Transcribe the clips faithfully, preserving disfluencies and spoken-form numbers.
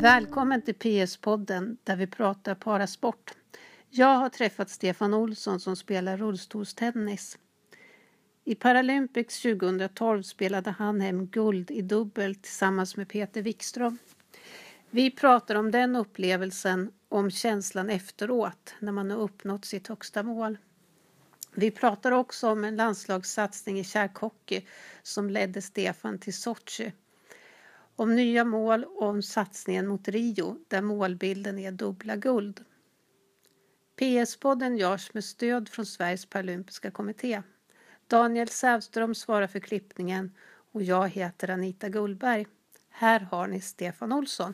Välkommen till P S-podden där vi pratar parasport. Jag har träffat Stefan Olsson som spelar rullstolstennis. I Paralympics tjugohundratolv spelade han hem guld i dubbel tillsammans med Peter Wikström. Vi pratar om den upplevelsen, om känslan efteråt när man har uppnått sitt högsta mål. Vi pratar också om en landslagssatsning i kärkhockey som ledde Stefan till Sochi. Om nya mål och om satsningen mot Rio där målbilden är dubbla guld. P S-podden görs med stöd från Sveriges Paralympiska kommitté. Daniel Sävström svarar för klippningen och jag heter Anita Gullberg. Här har ni Stefan Olsson.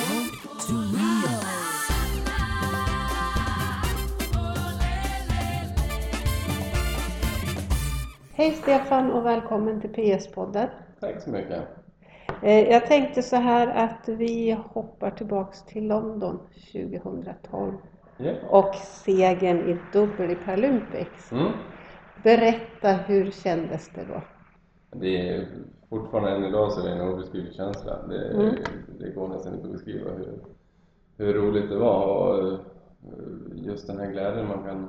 Hej Stefan och välkommen till P S-podden. Tack så mycket. Jag tänkte så här att vi hoppar tillbaks till London tjugohundratolv yeah. och segern i dubbel i Paralympics. Mm. Berätta, hur kändes det då? Det är fortfarande än idag så är det en obeskrivlig känsla. Det, mm. det går nästan inte att beskriva hur, hur roligt det var och just den här glädjen man kan,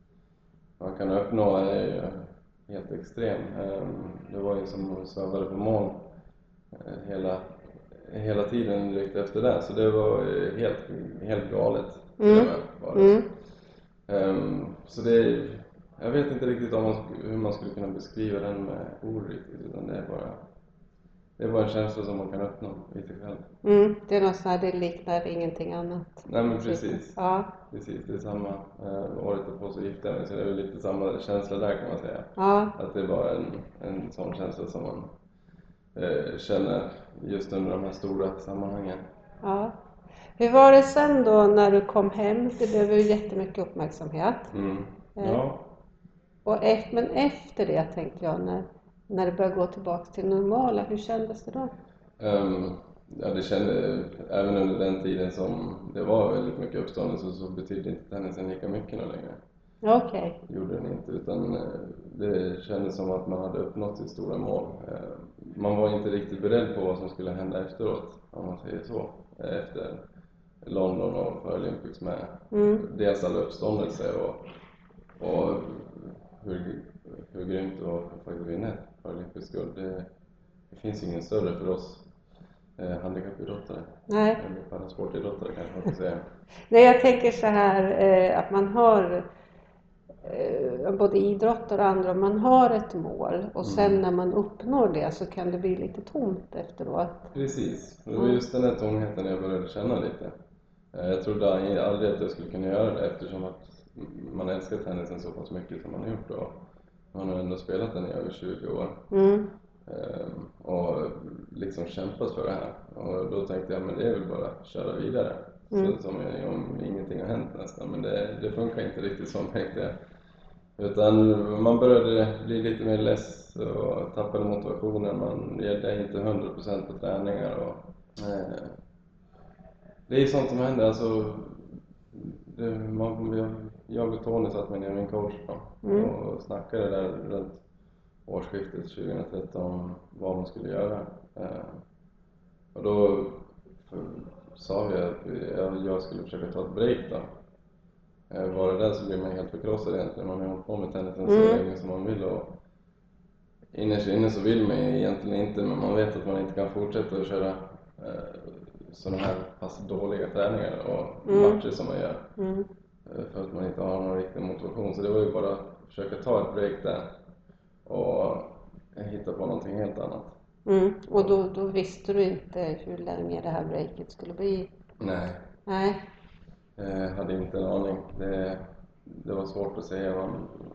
man kan uppnå är helt extrem. Det var ju som att svävade på moln hela, hela tiden direkt efter det, så det var helt, helt galet. Mm. Var det. Mm. Um, så det, jag vet inte riktigt om man, hur man skulle kunna beskriva den med ord riktigt, utan det är bara, det är bara en känsla som man kan uppnå i sig själv. Mm, det är något sånt här, det liknar ingenting annat. Nej men precis, ja. precis det är samma uh, året på så gifta mig, så det är väl lite samma känsla där kan man säga. Ja. Att det är bara en, en sån känsla som man uh, känner just under de här stora sammanhangen. Ja. Hur var det sen då när du kom hem? Det blev ju jättemycket uppmärksamhet. Mm. Ja. Och efter, men efter det tänkte jag, när, när det började gå tillbaka till normala, hur kändes det då? Um, ja, det kände, även under den tiden som det var väldigt mycket uppståndelse, så betydde inte tennisen lika mycket nu längre. Okej. Okay. Gjorde den inte, utan det kändes som att man hade uppnått sitt stora mål. Man var inte riktigt beredd på vad som skulle hända efteråt, om man säger så. Efter London och Paralympics med mm. dels all uppståndelse och, och hur, hur grymt det var att faktiskt vinna Paralympics guld. Det, det finns ingen större för oss eh, handikappidrottare. Nej. Eller parasportidrottare kanske man får säga. Nej, jag tänker så här eh, att man har eh, både idrottare och andra, man har ett mål och sen mm. när man uppnår det så kan det bli lite tomt efteråt. Precis, det var just den här tomheten jag började känna lite. Jag trodde aldrig att jag skulle kunna göra det, eftersom att man älskar tennisen så pass mycket som man har gjort, och man har ändå spelat den i över tjugo år. Mm. Och liksom kämpat för det här, och då tänkte jag, men det är väl bara att köra vidare. Mm. Så, som om ingenting har hänt nästan, men det, det funkar inte riktigt så, tänkte jag. Utan man började bli lite mer less och tappade motivationen, man ger inte hundra procent på träningar och eh, det är sånt som händer. Alltså, det, man, jag, jag och Tony satt med ner min coach då, mm. och snackade där runt årsskiftet tjugohundratretton om vad man skulle göra. Eh, och då sa vi att jag, jag skulle försöka ta ett break då. Eh, var det där så blir man helt förkrossad egentligen. Man har hållit på med tennisen så mm. länge som man vill, och innerst inne så vill man egentligen inte, men man vet att man inte kan fortsätta att köra eh, sådana här pass dåliga träningar och mm. matcher som man gör. Mm. För att man inte har någon riktig motivation. Så det var ju bara att försöka ta ett break där och hitta på någonting helt annat. Mm. Och då, då visste du inte hur länge det här breaket skulle bli? Nej. Nej. Jag hade inte en aning. Det, det var svårt att säga. Man,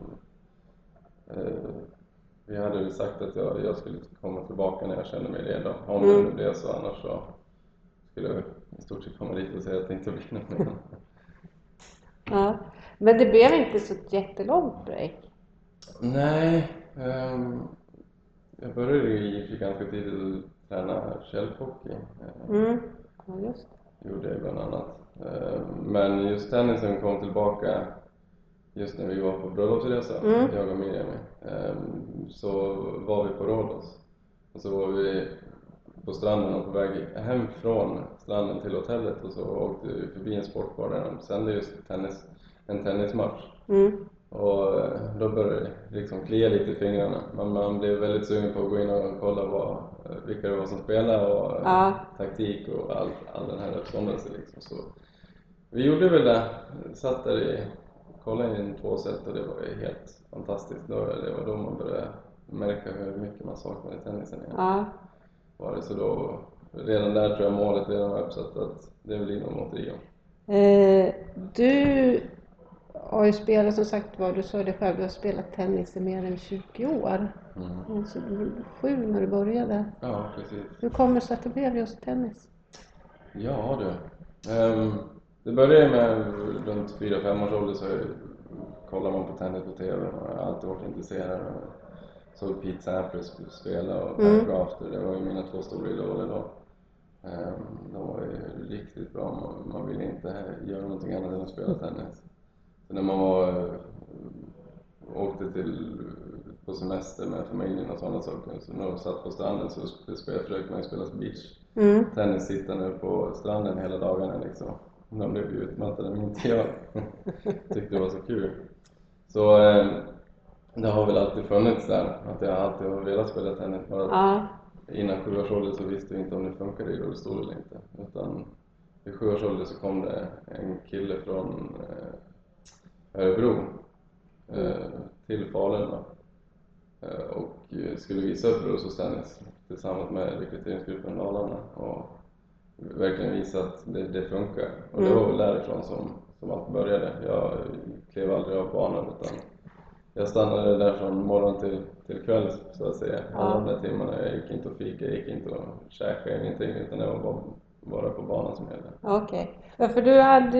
eh, vi hade väl sagt att jag, jag skulle komma tillbaka när jag kände mig redo. Om mm. det blev så, annars så skulle jag i stort sett komma dit och säga att det inte blir något mer. Ja, men det blev inte så ett jättelångt break. Nej, um, jag började ju ganska tidigt att träna kärkhockey. Mm, ja just det. Gjorde jag bland annat. Um, men just tennisen kom tillbaka just när vi var på bröllopsresa, mm. jag och Miriam. Um, så var vi på Rhodos. Och så var vi på stranden och på väg hem från stranden till hotellet och så åkte vi förbi en sportbar där de sände just tennis, en tennismatch. Mm. Och då började det liksom klia lite i fingrarna. Man, man blev väldigt sugen på att gå in och kolla vad, vilka det var som spelade och ja. taktik och all, all den här uppståndelsen liksom. Så vi gjorde väl det, satt där i, kollade in två set och det var ju helt fantastiskt. Då, det var då man började märka hur mycket man saknade tennisen igen. Ja. Var det så då, redan där tror jag målet redan var uppsatt att det blir nog mot Rio. Eh, du har ju spelat, som sagt var, du sa det själv, du har spelat tennis i mer än tjugo år. Mm. Alltså, du var sju när du började. Ja, precis. Hur kommer det sig att det blev just tennis? Ja du, um, det började med runt fyra fem års ålder så kollar man på tennis på tv och jag har alltid varit intresserad. Så Pete Sampras spela och Mm. Barry Grafter, det var ju mina två stora idoler då. Um, de var ju riktigt bra, man, man ville inte göra någonting annat än att spela tennis. Så när man var, uh, åkte till, på semester med familjen och sådana saker, så när jag satt på stranden så spelade, försökte man ju spela beach. Mm. Tennis sittande på stranden hela dagarna liksom. De blev ju utmattade men inte jag. Tyckte det var så kul. Så eh, det har väl alltid funnits där. Att jag alltid har velat spela tennis. Bara Ja. innan sju års ålder så visste jag inte om det funkade i rullstol eller inte. Utan vid sju års ålder så kom det en kille från eh, Örebro eh, till Falun då. Eh, och skulle visa upp rullstolstennis tillsammans med rekryteringsgruppen Dalarna och verkligen visa att det, det funkar. Och Mm. det var väl därifrån som, som allt började. Jag klev aldrig av banan utan jag stannade där från morgon till, till kväll så att säga. Ja. Alla de där timmarna, jag gick inte och fika, jag gick inte och käkade ingenting utan det var bara, bara på banan som gällde. Okej. Okay. Ja, för du hade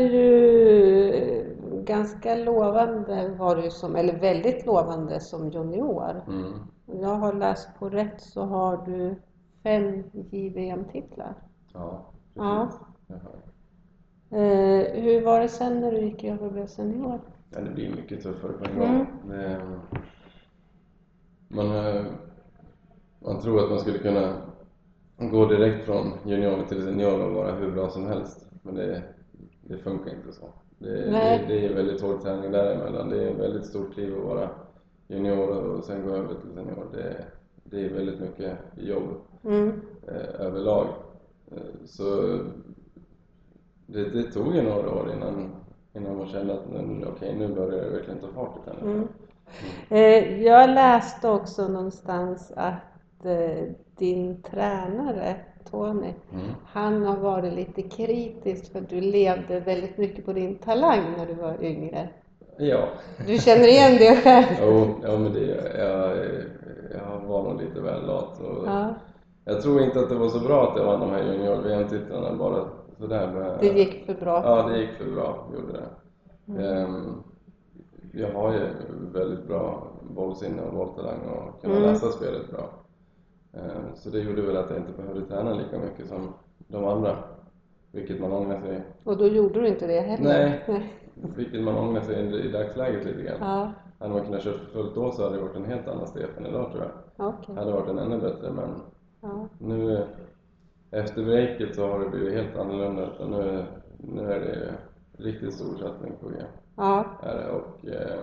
ju ganska lovande var du som, eller väldigt lovande som junior. Mm. Jag har läst på rätt så har du fem J V M-titlar. Ja, Ja. precis. Eh, hur var det sen när du gick över och blev senior? Ja, det blir mycket tuffare på en gång. Mm. Det, man, man tror att man skulle kunna gå direkt från junior till senior och vara hur bra som helst. Men det, det funkar inte så. Det, det, det är väldigt hård träning däremellan. Det är väldigt stort kliv att vara junior och sen gå över till senior. Det, det är väldigt mycket jobb mm. eh, överlag. Eh, så det, det tog ju några år innan, innan man kände att nu, okej, nu börjar det verkligen ta fart i tennis. Mm. Eh, jag läste också någonstans att eh, din tränare Tony, mm. han har varit lite kritisk för att du levde väldigt mycket på din talang när du var yngre. Ja. Du känner igen det själv? Jo, ja, men det, jag, jag var nog lite väl lat. Och Ja. jag tror inte att det var så bra att jag vann de här junior-V M-titlarna bara sådär. Med, det gick för bra? Ja, det gick för bra, gjorde det. Mm. Um, jag har ju väldigt bra bollsinne och bolltalang och kunde Mm. läsa spelet bra. Um, så det gjorde väl att jag inte behövde träna lika mycket som de andra. Vilket man ångrar sig. Och då gjorde du inte det heller? Nej, Nej. Vilket man ångrar sig i, i dagsläget lite grann. Ja. Hade man kunnat köra för fullt då så hade det varit en helt annan Stefan idag tror jag. Okay. Hade varit en ännu bättre men ja. nu efter breaket så har det blivit helt annorlunda. Och nu, nu är det riktigt stor satsning på G. Ja. Är det, och eh,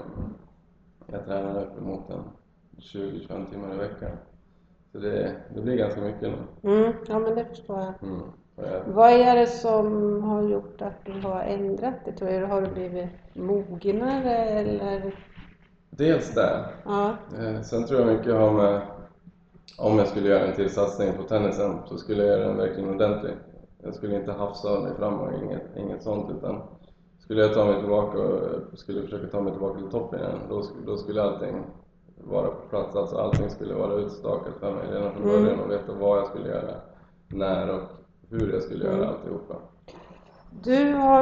jag tränar upp emot en tjugo till tjugofem timmar i veckan. Så det, det blir ganska mycket nu. Mm, ja men det förstår jag. Mm. Jag. Vad är det som har gjort att du har ändrat det? Tror jag, har du blivit mognare eller? Dels det. Ja. Eh, sen tror jag mycket har med, om jag skulle göra en till satsning på tennisen så skulle jag göra den verkligen ordentlig. Jag skulle inte hafsa mig fram och inget, inget sånt utan skulle jag ta mig tillbaka och skulle försöka ta mig tillbaka till toppen igen, då, då skulle allting vara på plats, alltså allting skulle vara utstakat för mig redan från början mm. och veta vad jag skulle göra, när och hur jag skulle mm. göra alltihopa. Du har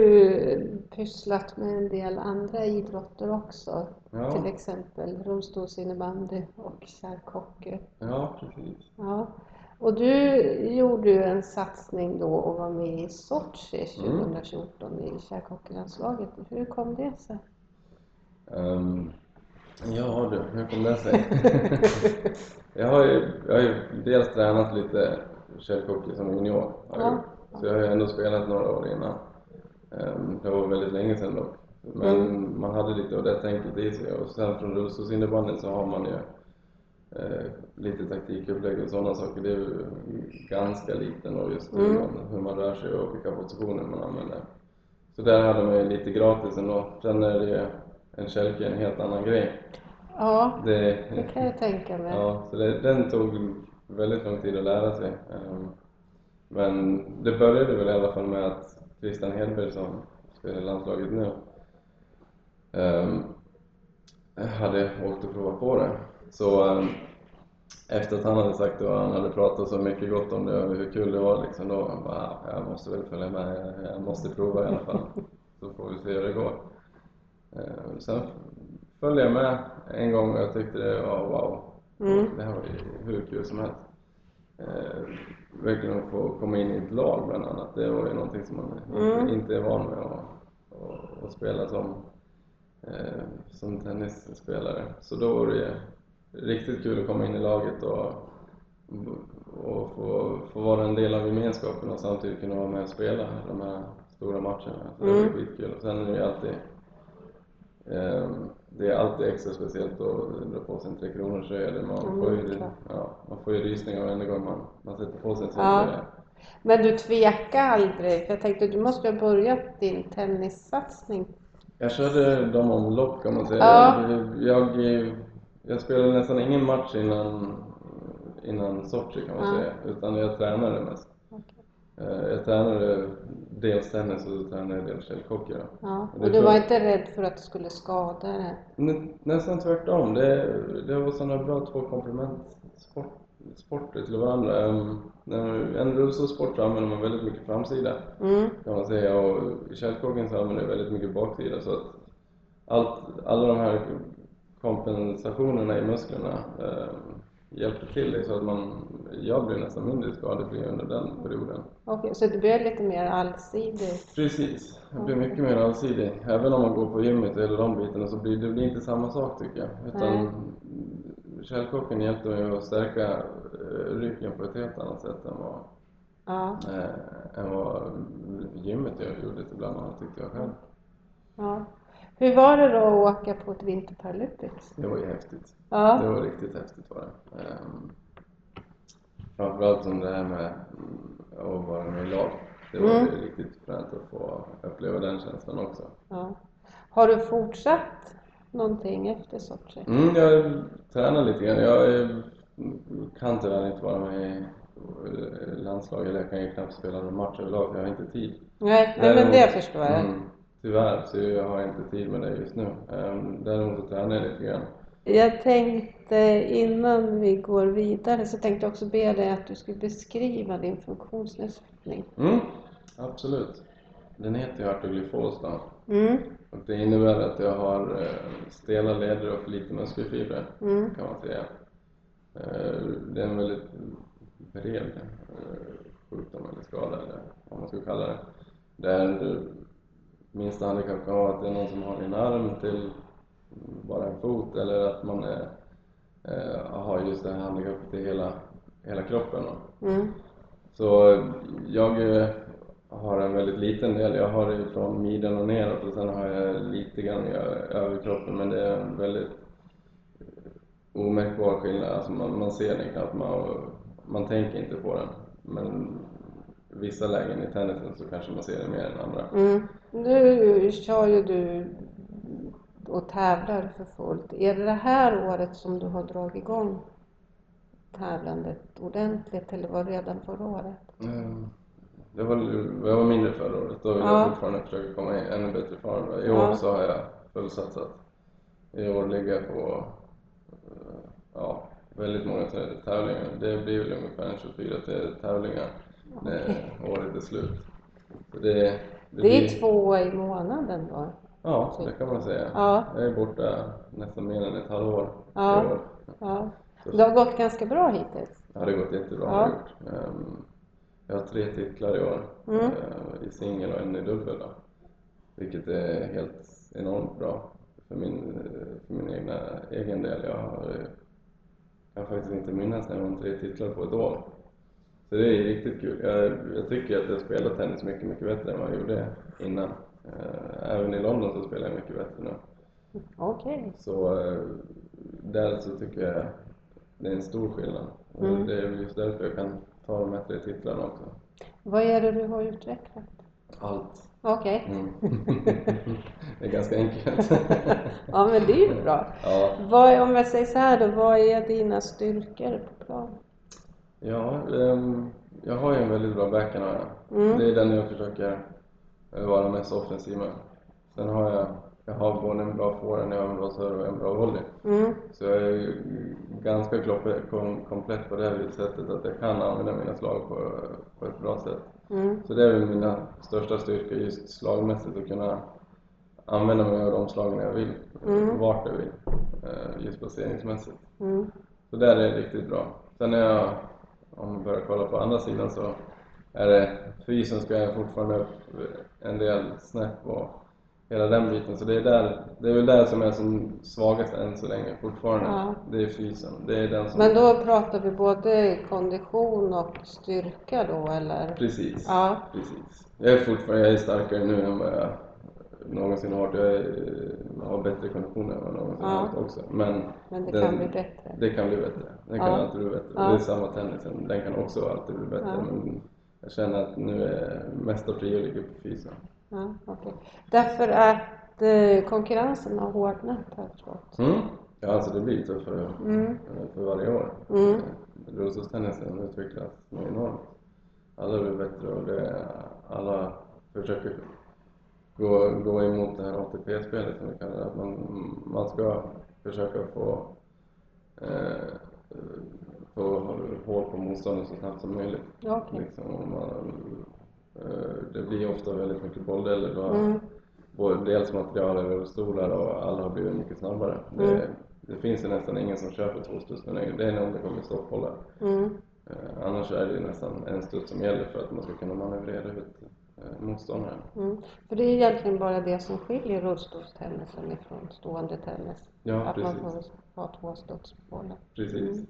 ju pysslat med en del andra idrotter också, ja. Till exempel rullstolsinnebandy och kärkhockey. Ja, precis. Ja. Och du gjorde ju en satsning då och var med i Sochi tjugohundrafjorton mm. i kärkhockeylandslaget. Hur kom det sig? Um, ja du, hur kom det sig? jag, har ju, jag har ju dels tränat lite källhockey som junior. Ja. Så jag har ändå spelat några år innan. Det var väldigt länge sedan dock. Men mm. man hade lite av det tänket i sig. Och sen från rullstolsinnebandy så har man ju eh, lite taktikupplägg och sådana saker. Det är ju ganska liten och just hur, mm. man, hur man rör sig och vilka positioner man använder. Så där hade man ju lite gratis ändå. Sen är det en kälke en helt annan grej. Ja, det, det kan jag tänka mig. Ja, så det, den tog väldigt lång tid att lära sig. Um, men det började väl i alla fall med att Christian Hedberg som spelar i landslaget nu um, hade åkt och provat på det. Så um, efter att han hade sagt och han hade pratat så mycket gott om det och hur kul det var liksom, då bara, jag måste väl följa med, jag måste prova i alla fall. Så får vi se hur det går. Uh, sen följde jag med en gång och jag tyckte det var wow. Mm. Det här var ju hur kul som helst. Eh, verkligen att få komma in i ett lag bland annat. Det var ju någonting som man mm. inte, inte är van med att, att, att spela som, eh, som tennisspelare. Så då var det riktigt kul att komma in i laget och, och få, få vara en del av gemenskapen och samtidigt kunna vara med och spela de här stora matcherna. Så mm. det var skitkul. Och sen är det ju alltid eh, det är alltid extra speciellt att dra på sig en tre kronor så är det. Man, mm, får, ju, ja, man får ju rysningar varenda gång man, man sätter på sig en sån ja. Men du tvekar aldrig? För jag tänkte du måste ha börjat din tennissatsning. Jag körde dem om lopp kan man säga. Ja. Jag, jag, jag spelade nästan ingen match innan, innan Sochi kan man ja. säga. Utan jag tränade mest. Okay. Jag tränade dels tennis och så tränade jag dels källhockey. Ja, och, och du var inte rädd för att du skulle skada det? Nä, nästan tvärtom. Det, det var sådana bra två komplementsporter sport, till varandra. Um, en rullstolssport så använder man väldigt mycket framsida mm. kan man säga. Och i källhockeyn så använder man väldigt mycket baksida. Så att allt, alla de här kompensationerna i musklerna um, hjälper till det så att man, jag blir nästan mindre skadefri under den perioden. Okej, okay, så du blir lite mer allsidig? Precis, jag blir mycket mer allsidig. Även om man går på gymmet eller de bitarna så blir det blir inte samma sak tycker jag. Utan källhockeyn hjälpte mig att stärka ryggen på ett helt annat sätt än vad, ja. äh, än vad gymmet jag gjorde bland annat tyckte jag själv. Ja. Hur var det då att åka på ett vinterparalympics? Det var ju häftigt. Ja. Det var riktigt häftigt var det. Um, framförallt som det här med att vara med i lag. Det var mm. ju riktigt fränt att få uppleva den känslan också. Ja. Har du fortsatt någonting efter Sochi? Mm, jag tränar lite grann. Jag kan tyvärr inte vara med i landslaget. Eller jag kan ju knappt spela någon match överlag för jag har inte tid. Nej, nej men det förstår jag. Mm, tyvärr så jag har inte tid med det just nu. Däremot så tränar jag lite grann. Jag tänkte innan vi går vidare så tänkte jag också be dig att du skulle beskriva din funktionsnedsättning. Mm, absolut. Den heter ju artroglyfos då. Mm. Och det innebär att jag har stela leder och för lite muskelfibrer mm. kan man säga. Det är en väldigt bred sjukdom eller skada eller vad man ska kalla det. Där minsta handikapp kan vara att det är någon som har en arm till bara en fot eller att man är, äh, har just det här handikappet i hela, hela kroppen. Mm. Så jag har en väldigt liten del. Jag har det från midjan och neråt och sen har jag lite grann i överkroppen men det är en väldigt omärkbar skillnad. Alltså man, man ser den knappt, man, man tänker inte på den. Men vissa lägen i tennisen så kanske man ser det mer än andra. Mm. Nu kör ju du och tävlar för fullt. Är det det här året som du har dragit igång tävlandet ordentligt eller var det redan förra året? Mm. Det var, jag var mindre förra året. Då vill ja. jag fortfarande försöka komma i ännu bättre form. I år ja. så har jag fullsatsat. I år ligger jag på ja, väldigt många tävlingar. Det blir väl ungefär tjugofyra tävlingar när okay. året är slut. Så det, det, det är blir... två i månaden då? Ja, det kan man säga. Ja. Jag är borta nästan mer än ett halvår ja. i år. Ja. Det har gått ganska bra hittills. Ja, det har gått jättebra. Ja. Jag, um, jag har tre titlar i år. Mm. Uh, I singel och en i dubbel. Då. Vilket är helt enormt bra för min, för min egna, egen del. Jag har, kan faktiskt inte minnas när jag har tre titlar på ett år. Så det är riktigt kul. Jag, jag tycker att jag spelar tennis mycket, mycket bättre än vad jag gjorde innan. Även i London så spelar jag mycket bättre nu. Okej. Okay. Så där så tycker jag det är en stor skillnad. Mm. Och det är just därför jag kan ta de här tre titlarna också. Vad är det du har utvecklat? Allt. Okej. Okay. Mm. Det är ganska enkelt. Ja, men det är ju bra. Ja. Vad, om jag säger så här då, vad är dina styrkor på plan? Ja, um, jag har ju en väldigt bra backhand. Mm. Det är den jag försöker vara mest offensiv med. Sen har jag, jag har både en bra forehand, jag har en bra serve och en bra volley. Mm. Så jag är ganska kom, komplett på det här sättet att jag kan använda mina slag på, på ett bra sätt. Mm. Så det är väl mina största styrkor, just slagmässigt, att kunna använda mig av de slagen jag vill, mm. vart jag vill, just placeringsmässigt. Mm. Så där är det riktigt bra. Sen är jag, om man börjar kolla på andra sidan, så är det fysen ska jag fortfarande upp en del snäpp och hela den biten. Så det är, där, det är väl där som är som svagast än så länge fortfarande. Ja. Det är fysen. Det är den som... Men då pratar vi både kondition och styrka då, eller? Precis. Ja. Precis. Jag är fortfarande jag är starkare nu än vad jag någonsin har varit. Jag, är, jag har bättre kondition än vad jag någonsin har haft också. Men, Men det den, kan bli bättre. Det kan bli bättre. Den kan ja. alltid bli bättre. Ja. Det är samma tennisen. Den kan också alltid bli bättre. Ja. Men jag känner att nu är mesta prio ligger på fysen. Ja, okej. Okay. Därför att eh, konkurrensen har hårdnat, har jag förstått. Mm. Ja, alltså det blir tuffare mm. för varje år. Mm. Rullstolstennisen utvecklas enormt. Alla blir bättre och det, alla försöker gå, gå emot det här A T P-spelet som vi kallar det. Att man, man ska försöka få, eh, få hål på motståndet så snabbt som möjligt. Okay. Liksom, man, det blir ofta väldigt mycket bolldelar då, mm. både dels material och stolar, och alla har blivit mycket snabbare. Mm. Det, det finns ju nästan ingen som köper två studs längre. Det är när det kommer stopphållare. Mm. Eh, annars är det nästan en studs som gäller för att man ska kunna manövrera ut eh, motståndaren. Mm. För det är egentligen bara det som skiljer rullstolstennisen ifrån stående tennis. Ja, att precis. Man får ha två studs på bollen. Precis.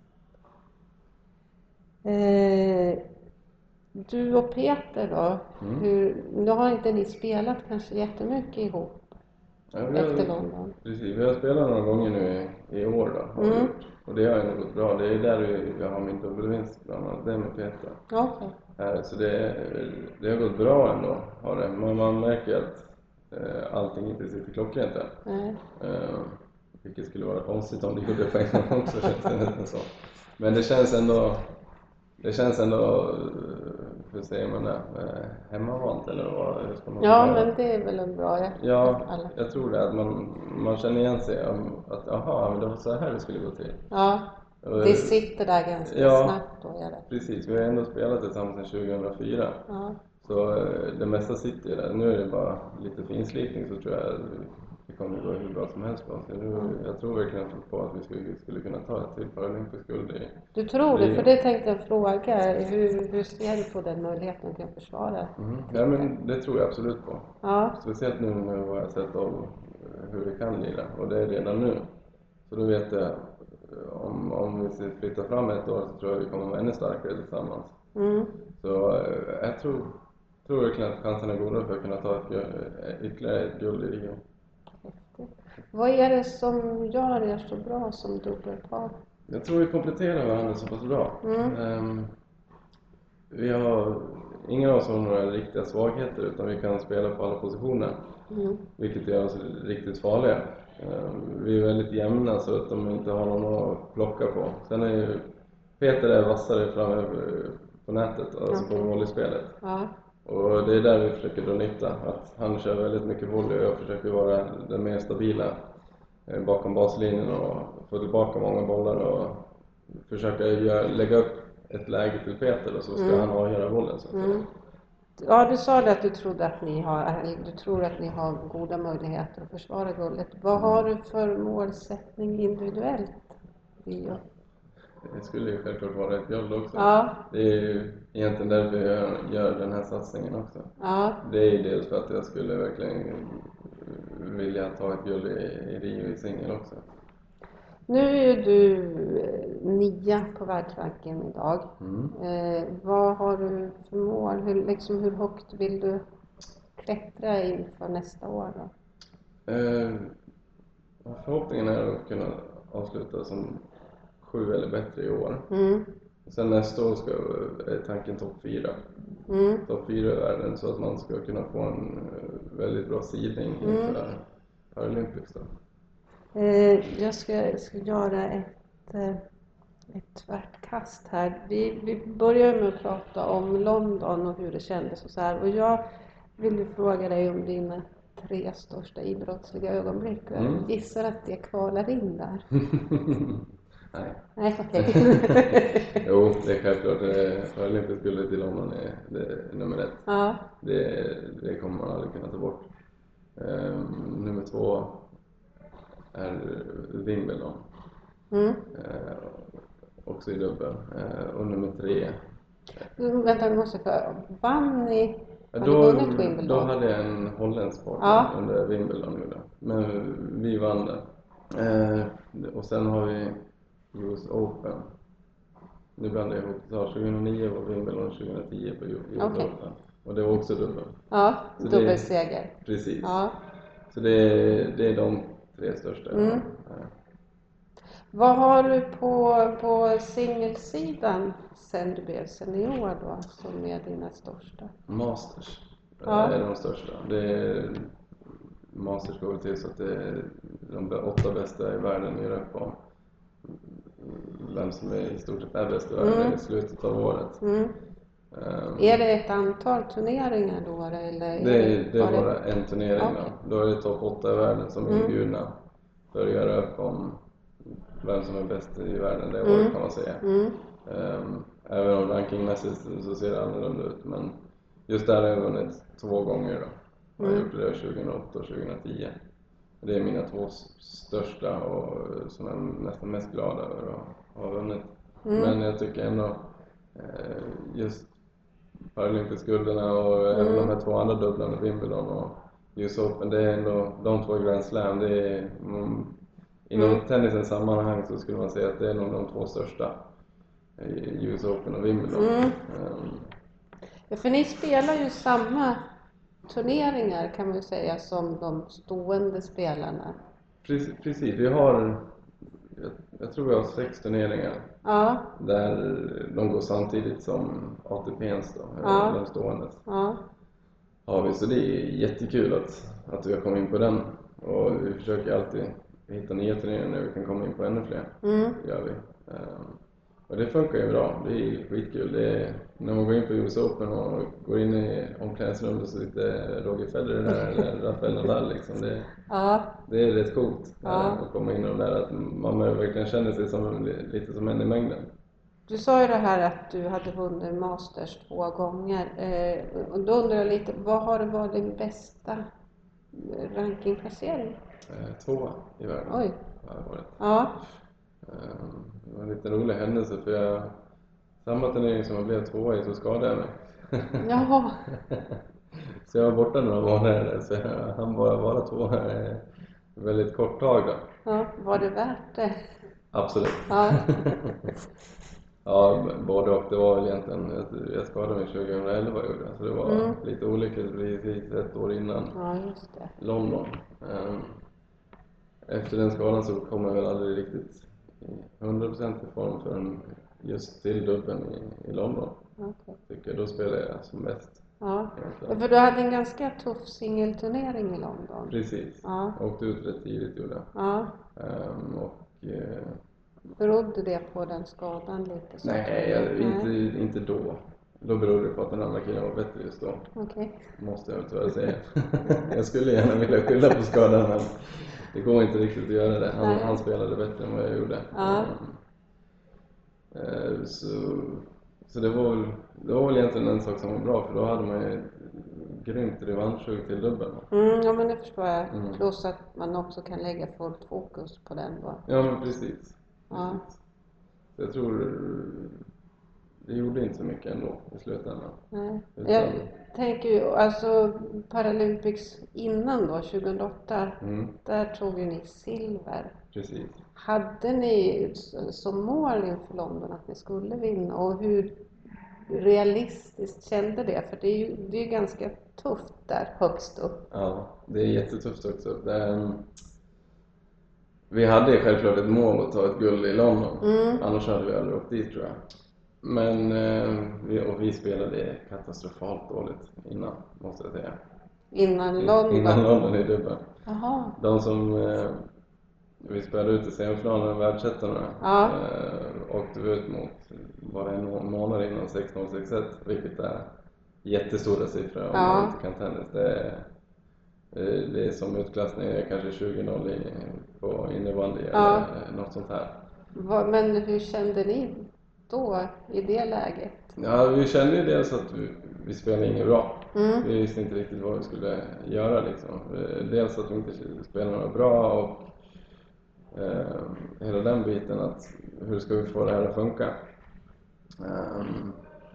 Mm. Eh, Du och Peter då, mm. hur, nu har inte ni spelat kanske jättemycket ihop ja, efter har, London? Precis, vi har spelat några gånger nu i, i år då, mm. och det har ju gått bra. Det är där jag har min dubbelvinst bland annat, det med Peter. Okay. Här, så det, det har gått bra ändå, har det. Men man märker att eh, allting inte sitter klockrent än. Mm. Eh, vilket skulle vara konstigt om det gjorde på en gång också, känns det nästan så. Men det känns ändå... Det känns ändå, hur säger man det, hemmavant eller vad ska man Ja, säga? Men det är väl en bra... Jag, ja, jag tror det, att man, man känner igen sig att aha, men det var så här det skulle gå till. Ja, det sitter där ganska ja, snabbt då. Gör det. Precis, vi har ändå spelat tillsammans sedan tjugohundrafyra. Ja. Så det mesta sitter ju där. Nu är det bara lite finslipning, så tror jag det kommer gå hur bra som helst på oss. Jag tror verkligen på att vi skulle, skulle kunna ta ett till paralympisk guld. Du tror det? För det tänkte jag fråga. Hur, hur ser du på den möjligheten till att försvara? Mm. Ja, men det tror jag absolut på. Ja. Speciellt nu när jag har sett av hur vi kan lira. Och det är redan nu. Så då vet jag, om, om vi flyttar fram ett år så tror jag vi kommer vara ännu starkare tillsammans. Mm. Så jag tror, tror verkligen att chansen är goda för att kunna ta ett, ytterligare ett guld i Rio. Vad är det som gör er så bra som dubbelpar? Jag tror vi kompletterar varandra så pass bra. Mm. Um, vi har, ingen av oss har några riktiga svagheter, utan vi kan spela på alla positioner. Mm. Vilket gör oss riktigt farliga. Um, vi är väldigt jämna så att de inte har någon att plocka på. Sen är ju Peter är vassare framme på nätet, alltså okay. på volleyspelet. Ja. Och det är där vi försöker dra nytta, att han kör väldigt mycket volley och jag försöker vara den mer stabila bakom baslinjen och få tillbaka många bollar och försöka göra, lägga upp ett läge till Peter och så ska mm. han avgöra bollen. Så mm. Ja, du sa det att du trodde att ni har, du tror att ni har goda möjligheter att försvara guldet. Vad mm. har du för målsättning individuellt, Rio? Det skulle ju självklart vara ett guld också. Ja. Det är ju egentligen därför jag gör den här satsningen också. Ja. Det är ju dels för att jag skulle verkligen vilja ta ett guld i, i Rio i singel också. Nu är ju du eh, nia på världsranken idag. Mm. Eh, vad har du för mål? Hur, liksom, hur högt vill du klättra inför nästa år då? Eh, förhoppningen är att kunna avsluta som sju eller bättre i år. Mm. Sen nästa år ska, är tanken topp fyra. Mm. Topp fyra i världen, så att man ska kunna få en eh, väldigt bra sidning inför Mm. Paralympics då. Eh, jag ska, ska göra ett, eh, ett tvärtkast här. Vi, vi börjar med att prata om London och hur det kändes och så här. Och jag vill ju fråga dig om dina tre största idrottsliga ögonblick. Jag Mm. gissar att det kvalar in där. Nej. Nej, okej. Jo, det är självklart. Paralympics guldet i London är, det är nummer ett. Ja. Det, det kommer man aldrig kunna ta bort. Um, nummer två är Wimbledon. Mm. Uh, också i dubbel. Uh, och nummer tre. Mm, vänta, nu måste jag... Vann ni? Har ni Då, vunnit Wimbledon? då hade jag en holländsk partner Ja. under Wimbledon. Men vi vann det. Uh, och sen har vi U S Open. Nu blandade jag ihop. Så tjugohundranio var Wimbledon och tjugohundratio på U S Okej. Open. Och det var också dubbel. Ja, Så det- dubbelseger. Precis. Ja. Så det, det är de tre största. Mm. Ja. Vad har du på, på singelsidan sen du blev senior då, som är dina största? Masters Ja. är de största. Det är, Masters går till så att det är de åtta bästa i världen gör upp om vem som är i stort sett är bäst i världen Mm. i slutet av året. Mm. Um, Är det ett antal turneringar då eller? Är det, är, det är bara- bara en turnering Okej. då. Då är det topp åtta i världen som är Mm. inbjudna för att göra upp om vem som är bäst i världen det Mm. året, kan man säga. Mm. Um, även om rankingmässigt så ser det annorlunda ut, men just där har jag vunnit två gånger då. Jag har Mm. gjort det tjugohundraåtta och tjugohundratio. Det är mina två s- största och som jag är nästan mest glad över att ha vunnit. Mm. Men jag tycker ändå eh, just Paralympics-gulderna och Mm. även de här två andra dubblarna, Wimbledon och U S Open, det är ändå de två i Grand Slam. Det är, mm, inom Mm. tennisens sammanhang så skulle man säga att det är nog de två största i U S Open och Wimbledon. Mm. Um, Ja, för ni spelar ju samma turneringar kan man ju säga som de stående spelarna. precis, precis, vi har, jag, jag tror vi har sex turneringar Ja, där de går samtidigt som A T P:ns då, Ja. de stående. ja. Har vi, så det är jättekul att, att vi har kommit in på den. Och vi försöker alltid hitta nya turneringar när vi kan komma in på ännu fler. Mm. Det gör vi. Um, och det funkar ju bra, det är skitkul. Det är, när man går in på U S Open och går in i omklädningsrummet så sitter Roger Federer där eller Rafael Nadal liksom. Det, Ja, det är rätt coolt Ja. eh, att komma in i de där, att man verkligen känner sig som, lite som en i mängden. du sa ju det här att du hade vunnit Masters två gånger. Eh, och då undrar jag lite, vad har det varit din bästa rankingplacering? Eh, tvåa i världen. Oj. Har jag varit. Ja. Um, det var en lite rolig händelse, för jag, samma turnering som jag blev tvåa i så skadade jag mig. Jaha. Så jag var borta några månader, så jag hann bara vara tvåa i väldigt kort tag då. Ja, var det värt det? Absolut. Ja. Ja, både och. Det var väl egentligen, jag, jag skadade mig tjugohundraelva gjorde jag, så det var Mm. lite olyckligt precis ett år innan Ja, just det. London. Um, efter den skadan så kom jag väl aldrig riktigt i hundra procent i form förrän just till dubbeln i, i London. Okej. Tycker jag, då spelade jag som bäst. Ja. egentligen. För du hade en ganska tuff singelturnering i London. Precis. Ja. Jag åkte ut rätt tidigt gjorde jag. Ja. Um, och eh, Berodde det på den skadan lite? Så nej, att- jag, inte, inte då. Då berodde det på att den andra killen var bättre just då. Okej. Måste jag tyvärr säga. Jag skulle gärna vilja skylla på skadan, men det går inte riktigt att göra det. Han, Nej. han spelade bättre än vad jag gjorde. Ja. Um, så så det, var väl, det var väl egentligen en sak som var bra, för då hade man ju ett grymt revanschsug till dubbeln. Mm, ja men det förstår jag. Mm. Plus att man också kan lägga fullt fokus på den då. Ja, men precis. Ja. precis. Så jag tror det gjorde inte så mycket ändå i slutändan. Nej. Utan, Jag tänker ju, alltså Paralympics innan då, tjugohundraåtta, mm, där tog ju ni silver. precis. Hade ni som mål inför London att ni skulle vinna, och hur realistiskt kände det? För det är ju det är ganska tufft där högst upp. Ja, det är jättetufft också. Det är, vi hade självklart ett mål att ta ett guld i London. Mm. Annars hade vi aldrig åkt dit, tror jag. Men eh, vi, och vi spelade katastrofalt dåligt innan, måste jag säga. Innan London? Innan London i Dublin. Jaha. De som eh, vi spelade ut i semifinalen, världsettorna, Ja. eh, åkte vi ut mot var det en månad innan sex noll sex ett, vilket är jättestora siffror om Ja. man inte kan tennis. Det är, det är som utklassning, det är kanske tjugo noll i, på innebandy, ja, eller något sånt här. Men hur kände ni då i det läget? Ja, vi kände ju dels att vi, vi spelade inget bra. Mm. Vi visste inte riktigt vad vi skulle göra liksom. Dels att vi inte spelade något bra och eh, hela den biten, att hur ska vi få det här att funka. Um,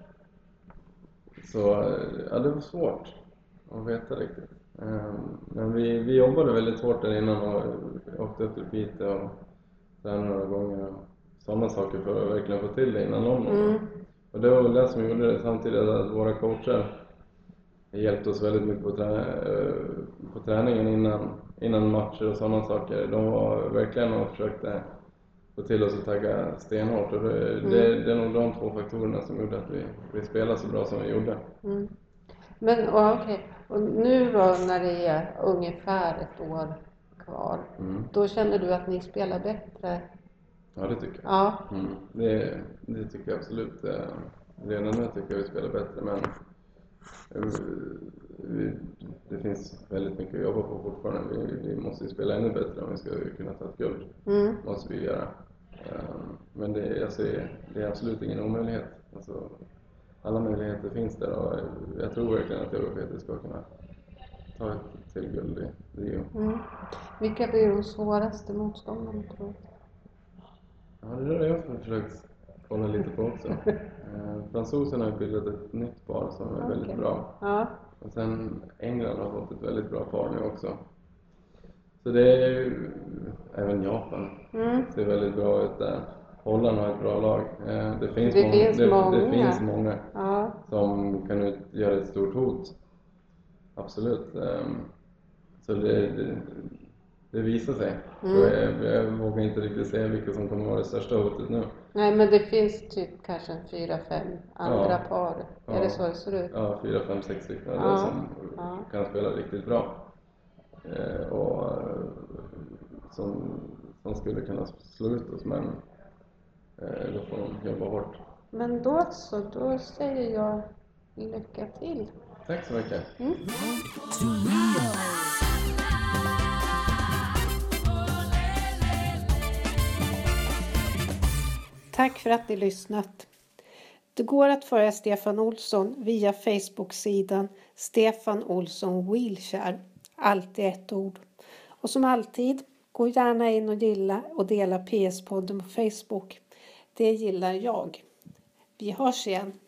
så ja, det var svårt att veta riktigt. Um, men vi, vi jobbade väldigt hårt där innan och åkte upp till Piteå och tränade några gånger och sådana saker för att verkligen få till det innan London. Mm. Och det var väl det som gjorde det, samtidigt att våra coacher hjälpte oss väldigt mycket på, trä, på träningen innan, innan matcher och sådana saker. De var verkligen och försökte få till oss att tagga stenhårt, och det, mm. det, det är nog de två faktorerna som gjorde att vi, vi spelade så bra som vi gjorde. Mm. Men okej, okay. Och nu då när det är ungefär ett år kvar, mm. då känner du att ni spelar bättre? Ja, det tycker jag. Ja. Mm. Det, det tycker jag absolut. Redan nu tycker jag vi spelar bättre, men vi, det finns väldigt mycket att jobba på fortfarande. Vi, vi måste ju spela ännu bättre om vi ska kunna ta ett guld. Mm. Måste vi göra. Men det, alltså, det är absolut ingen omöjlighet. Alltså, alla möjligheter finns där, och jag tror verkligen att jag ska kunna ta ett till guld i Rio. Mm. Vilka blir de svåraste motståndarna, tror du? Ja, det där har jag försökt kolla lite på också. eh, Fransoserna har bildat ett nytt par som är okay. väldigt bra. Ja. Och sen England har fått ett väldigt bra par nu också. Så det är ju, även Japan mm. ser väldigt bra ut där. Holland har ett bra lag. Eh, det finns det många, finns det, många, det finns många ja. som kan utgöra ett stort hot. Absolut. Eh, så det, det Det visar sig. Mm. Jag, jag vågar inte riktigt säga vilka som kommer vara det största hotet nu. Nej, men det finns typ kanske fyra, fem andra ja. par. Ja. Är det så det ser ut? Ja, fyra, fem, sex stycken ja. som ja. kan spela riktigt bra. Eh, och som, som skulle kunna slå ut oss, men eh, då får de jobba hårt. Men då så, då säger jag lycka till. Tack så mycket. Mm. Tack för att ni lyssnat. Det går att följa Stefan Olsson via Facebook-sidan Stefan Olsson Wheelchair. Allt i ett ord. Och som alltid, gå gärna in och gilla och dela P S-podden på Facebook. Det gillar jag. Vi hörs igen.